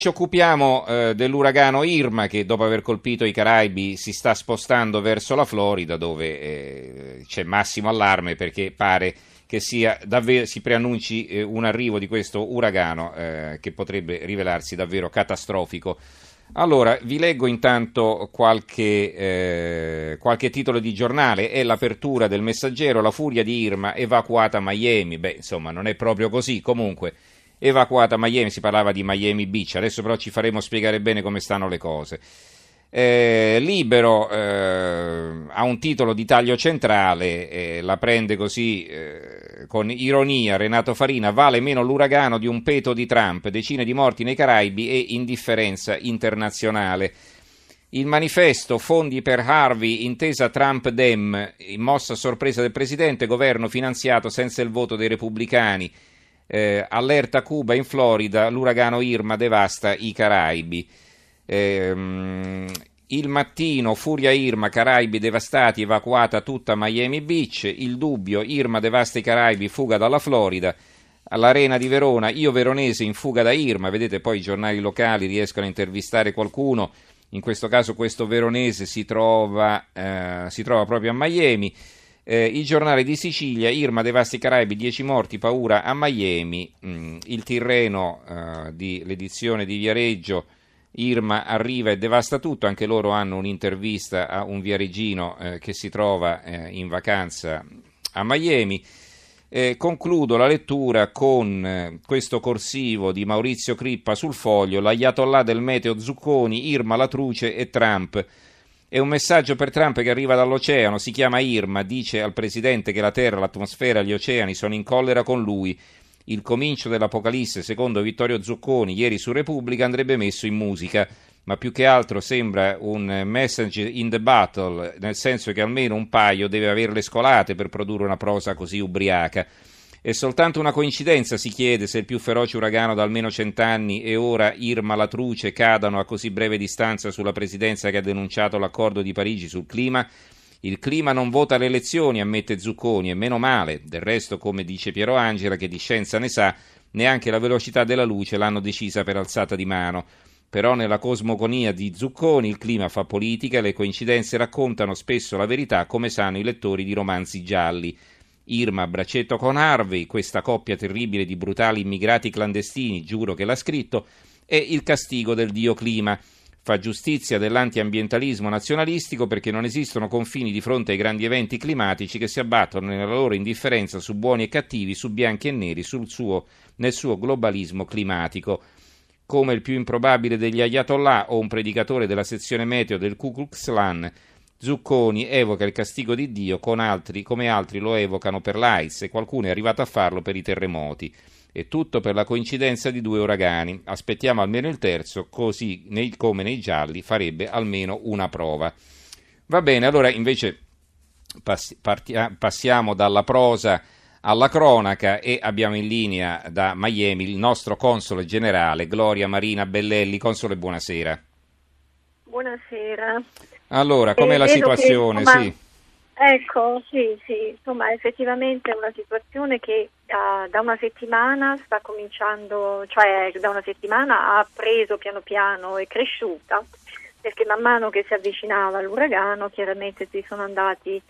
Ci occupiamo dell'uragano Irma che dopo aver colpito i Caraibi si sta spostando verso la Florida dove c'è massimo allarme perché pare che sia davvero, si preannunci un arrivo di questo uragano che potrebbe rivelarsi davvero catastrofico. Allora, vi leggo intanto qualche titolo di giornale. È l'apertura del Messaggero, la furia di Irma evacuata a Miami. Beh, insomma, non è proprio così, comunque. Evacuata a Miami, si parlava di Miami Beach, adesso però ci faremo spiegare bene come stanno le cose. Libero ha un titolo di taglio centrale, la prende così con ironia Renato Farina: vale meno l'uragano di un peto di Trump, decine di morti nei Caraibi e indifferenza internazionale. Il Manifesto, fondi per Harvey, intesa Trump-Dem, mossa a sorpresa del presidente, governo finanziato senza il voto dei repubblicani. Allerta Cuba in Florida, l'uragano Irma devasta i Caraibi. Il Mattino, furia Irma, Caraibi devastati, evacuata tutta Miami Beach. Il Dubbio, Irma devasta i Caraibi, fuga dalla Florida. All'Arena di Verona, io veronese in fuga da Irma. Vedete, poi i giornali locali riescono a intervistare qualcuno. In questo caso questo veronese si trova proprio a Miami. I giornali di Sicilia, Irma devasta i Caraibi, 10 morti, paura a Miami. Il Tirreno di l'edizione di Viareggio, Irma arriva e devasta tutto, anche loro hanno un'intervista a un viareggino che si trova in vacanza a Miami. Concludo la lettura con questo corsivo di Maurizio Crippa sul Foglio: l'ayatollah del meteo Zucconi, Irma la truce e Trump. È un messaggio per Trump che arriva dall'oceano, si chiama Irma, dice al presidente che la terra, l'atmosfera, gli oceani sono in collera con lui. Il comincio dell'Apocalisse, secondo Vittorio Zucconi, ieri su Repubblica, andrebbe messo in musica, ma più che altro sembra un message in the battle, nel senso che almeno un paio deve averle scolate per produrre una prosa così ubriaca. È soltanto una coincidenza, si chiede, se il più feroce uragano da almeno 100 anni e ora Irma la truce cadano a così breve distanza sulla presidenza che ha denunciato l'accordo di Parigi sul clima. Il clima non vota le elezioni, ammette Zucconi, e meno male. Del resto, come dice Piero Angela, che di scienza ne sa, neanche la velocità della luce l'hanno decisa per alzata di mano. Però nella cosmogonia di Zucconi il clima fa politica e le coincidenze raccontano spesso la verità, come sanno i lettori di romanzi gialli. Irma a braccetto con Harvey, questa coppia terribile di brutali immigrati clandestini, giuro che l'ha scritto, è il castigo del dio clima. Fa giustizia dell'antiambientalismo nazionalistico perché non esistono confini di fronte ai grandi eventi climatici che si abbattono nella loro indifferenza su buoni e cattivi, su bianchi e neri, nel suo globalismo climatico. Come il più improbabile degli ayatollah o un predicatore della sezione meteo del Ku Klux Klan, Zucconi evoca il castigo di Dio come altri lo evocano per l'AIDS, e qualcuno è arrivato a farlo per i terremoti. E tutto per la coincidenza di 2 uragani. Aspettiamo almeno il terzo, così come nei gialli farebbe almeno una prova. Va bene, allora invece passiamo dalla prosa alla cronaca e abbiamo in linea da Miami il nostro console generale Gloria Marina Bellelli. Console, buonasera. Buonasera. Allora, com'è la situazione? Insomma, sì. Ecco, sì, insomma, effettivamente è una situazione che da una settimana sta cominciando, cioè da una settimana ha preso piano piano, è cresciuta, perché man mano che si avvicinava l'uragano chiaramente si sono andati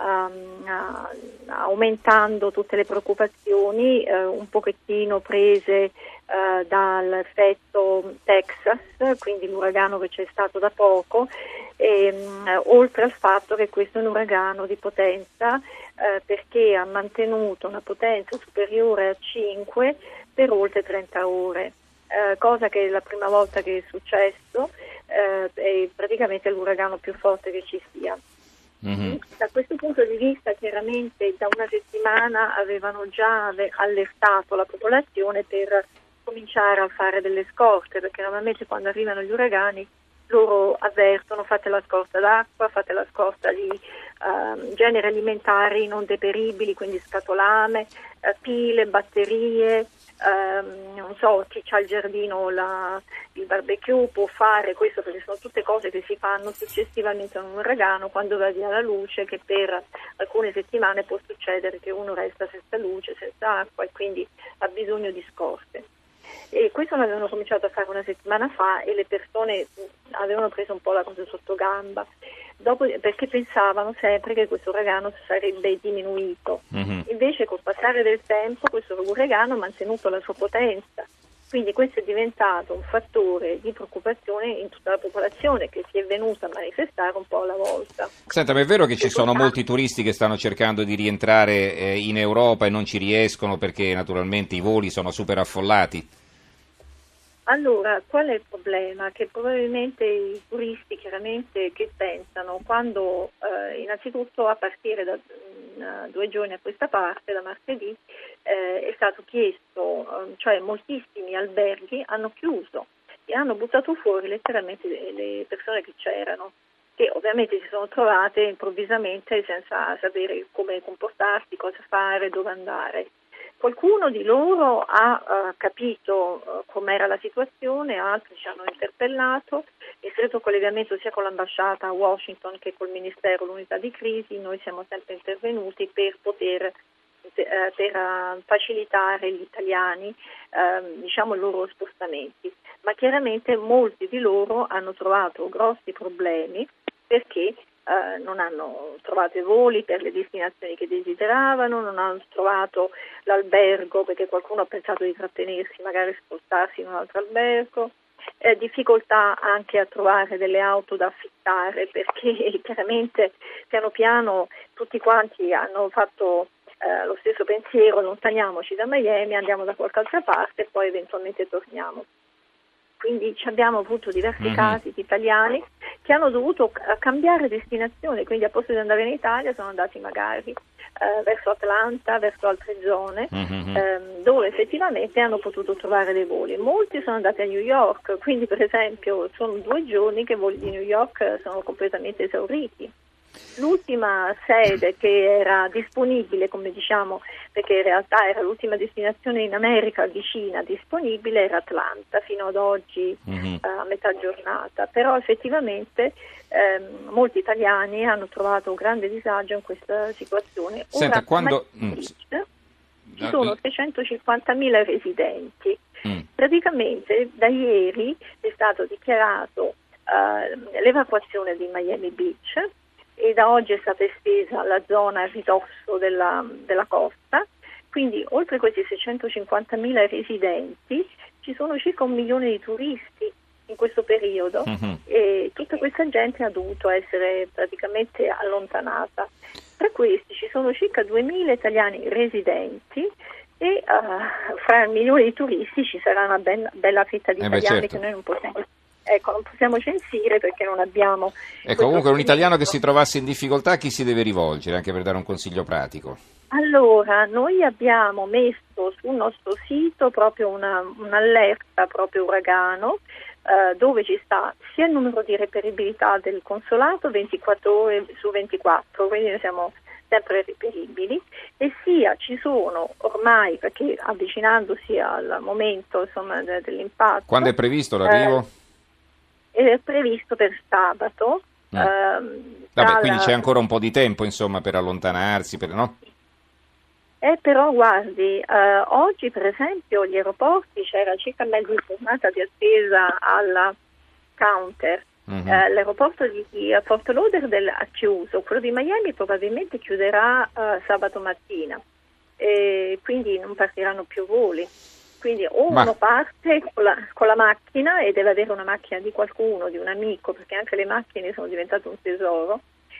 aumentando tutte le preoccupazioni, un pochettino prese dall'effetto Texas, quindi l'uragano che c'è stato da poco, oltre al fatto che questo è un uragano di potenza perché ha mantenuto una potenza superiore a 5 per oltre 30 ore, cosa che è la prima volta che è successo, è praticamente l'uragano più forte che ci sia. Mm-hmm. Da questo punto di vista chiaramente da una settimana avevano già allertato la popolazione per cominciare a fare delle scorte, perché normalmente quando arrivano gli uragani loro avvertono: fate la scorta d'acqua, fate la scorta di generi alimentari non deperibili, quindi scatolame, pile, batterie, non so, chi c'ha il giardino, il barbecue può fare questo, perché sono tutte cose che si fanno successivamente a un uragano, quando va via la luce, che per alcune settimane può succedere che uno resta senza luce, senza acqua, e quindi ha bisogno di scorte. E questo l'avevano cominciato a fare una settimana fa e le persone avevano preso un po' la cosa sotto gamba, perché pensavano sempre che questo uragano sarebbe diminuito. Invece col passare del tempo questo uragano ha mantenuto la sua potenza. Quindi questo è diventato un fattore di preoccupazione in tutta la popolazione, che si è venuta a manifestare un po' alla volta. Senta, ma è vero che ci sono molti turisti che stanno cercando di rientrare in Europa e non ci riescono perché naturalmente i voli sono super affollati? Allora, qual è il problema? Che probabilmente i turisti chiaramente che pensano quando innanzitutto a partire da 2 giorni a questa parte, da martedì, è stato chiesto, cioè moltissimi alberghi hanno chiuso e hanno buttato fuori letteralmente le persone che c'erano, che ovviamente si sono trovate improvvisamente senza sapere come comportarsi, cosa fare, dove andare. Qualcuno di loro ha capito com'era la situazione, altri ci hanno interpellato, in stretto collegamento sia con l'ambasciata a Washington che col Ministero dell'Unità di Crisi. Noi siamo sempre intervenuti per poter facilitare gli italiani i loro spostamenti, ma chiaramente molti di loro hanno trovato grossi problemi perché non hanno trovato i voli per le destinazioni che desideravano, non hanno trovato l'albergo perché qualcuno ha pensato di trattenersi, magari spostarsi in un altro albergo, difficoltà anche a trovare delle auto da affittare perché chiaramente piano piano tutti quanti hanno fatto lo stesso pensiero: allontaniamoci da Miami, andiamo da qualche altra parte e poi eventualmente torniamo. Quindi abbiamo avuto diversi casi di italiani che hanno dovuto cambiare destinazione, quindi a posto di andare in Italia sono andati magari verso Atlanta, verso altre zone dove effettivamente hanno potuto trovare dei voli. Molti sono andati a New York, quindi per esempio sono 2 giorni che i voli di New York sono completamente esauriti. L'ultima sede che era disponibile, come diciamo, perché in realtà era l'ultima destinazione in America vicina disponibile, era Atlanta fino ad oggi a metà giornata, però effettivamente molti italiani hanno trovato un grande disagio in questa situazione. Senta, ora, ci sono 650.000 residenti. Praticamente da ieri è stato dichiarato l'evacuazione di Miami Beach e da oggi è stata estesa la zona a ridosso della costa, quindi oltre a questi 650.000 residenti ci sono circa 1 milione di turisti in questo periodo e tutta questa gente ha dovuto essere praticamente allontanata. Tra questi ci sono circa 2.000 italiani residenti e fra il milione di turisti ci sarà una bella fetta di italiani certo. che noi non possiamo censire perché non abbiamo... comunque un italiano che si trovasse in difficoltà a chi si deve rivolgere, anche per dare un consiglio pratico? Allora, noi abbiamo messo sul nostro sito proprio un'allerta proprio uragano dove ci sta sia il numero di reperibilità del consolato 24 ore su 24, quindi noi siamo sempre reperibili, e sia ci sono ormai, perché avvicinandosi al momento dell'impatto... Quando è previsto l'arrivo? È previsto per sabato. Quindi c'è ancora un po' di tempo insomma per allontanarsi, no? Però guardi, oggi per esempio gli aeroporti c'era circa mezza giornata di attesa alla counter. L'aeroporto di Fort Lauderdale ha chiuso, quello di Miami probabilmente chiuderà sabato mattina, quindi non partiranno più voli. Quindi uno parte con la macchina e deve avere una macchina di qualcuno, di un amico, perché anche le macchine sono diventate un tesoro,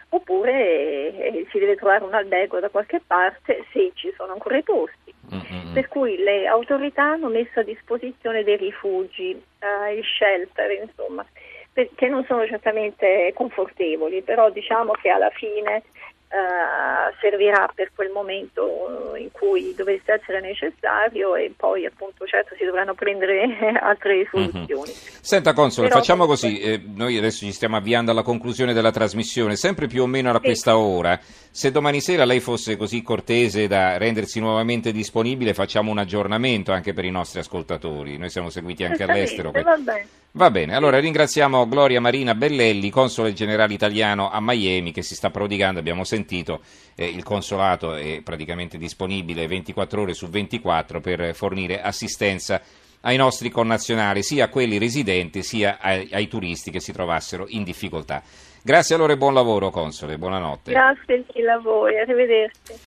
oppure si deve trovare un albergo da qualche parte se ci sono ancora i posti. Per cui le autorità hanno messo a disposizione dei rifugi, i shelter, insomma, che non sono certamente confortevoli, però diciamo che alla fine servirà per quel momento in cui dovesse essere necessario e poi appunto certo si dovranno prendere altre soluzioni. Senta Console, facciamo così, noi adesso ci stiamo avviando alla conclusione della trasmissione, sempre più o meno a questa ora. Se domani sera lei fosse così cortese da rendersi nuovamente disponibile, facciamo un aggiornamento anche per i nostri ascoltatori, noi siamo seguiti anche all'estero. Va bene, allora ringraziamo Gloria Marina Bellelli, console generale italiano a Miami, che si sta prodigando, abbiamo sentito, il consolato è praticamente disponibile 24 ore su 24 per fornire assistenza ai nostri connazionali, sia a quelli residenti sia ai turisti che si trovassero in difficoltà. Grazie allora e buon lavoro, console, buonanotte. Grazie a voi, arrivederci.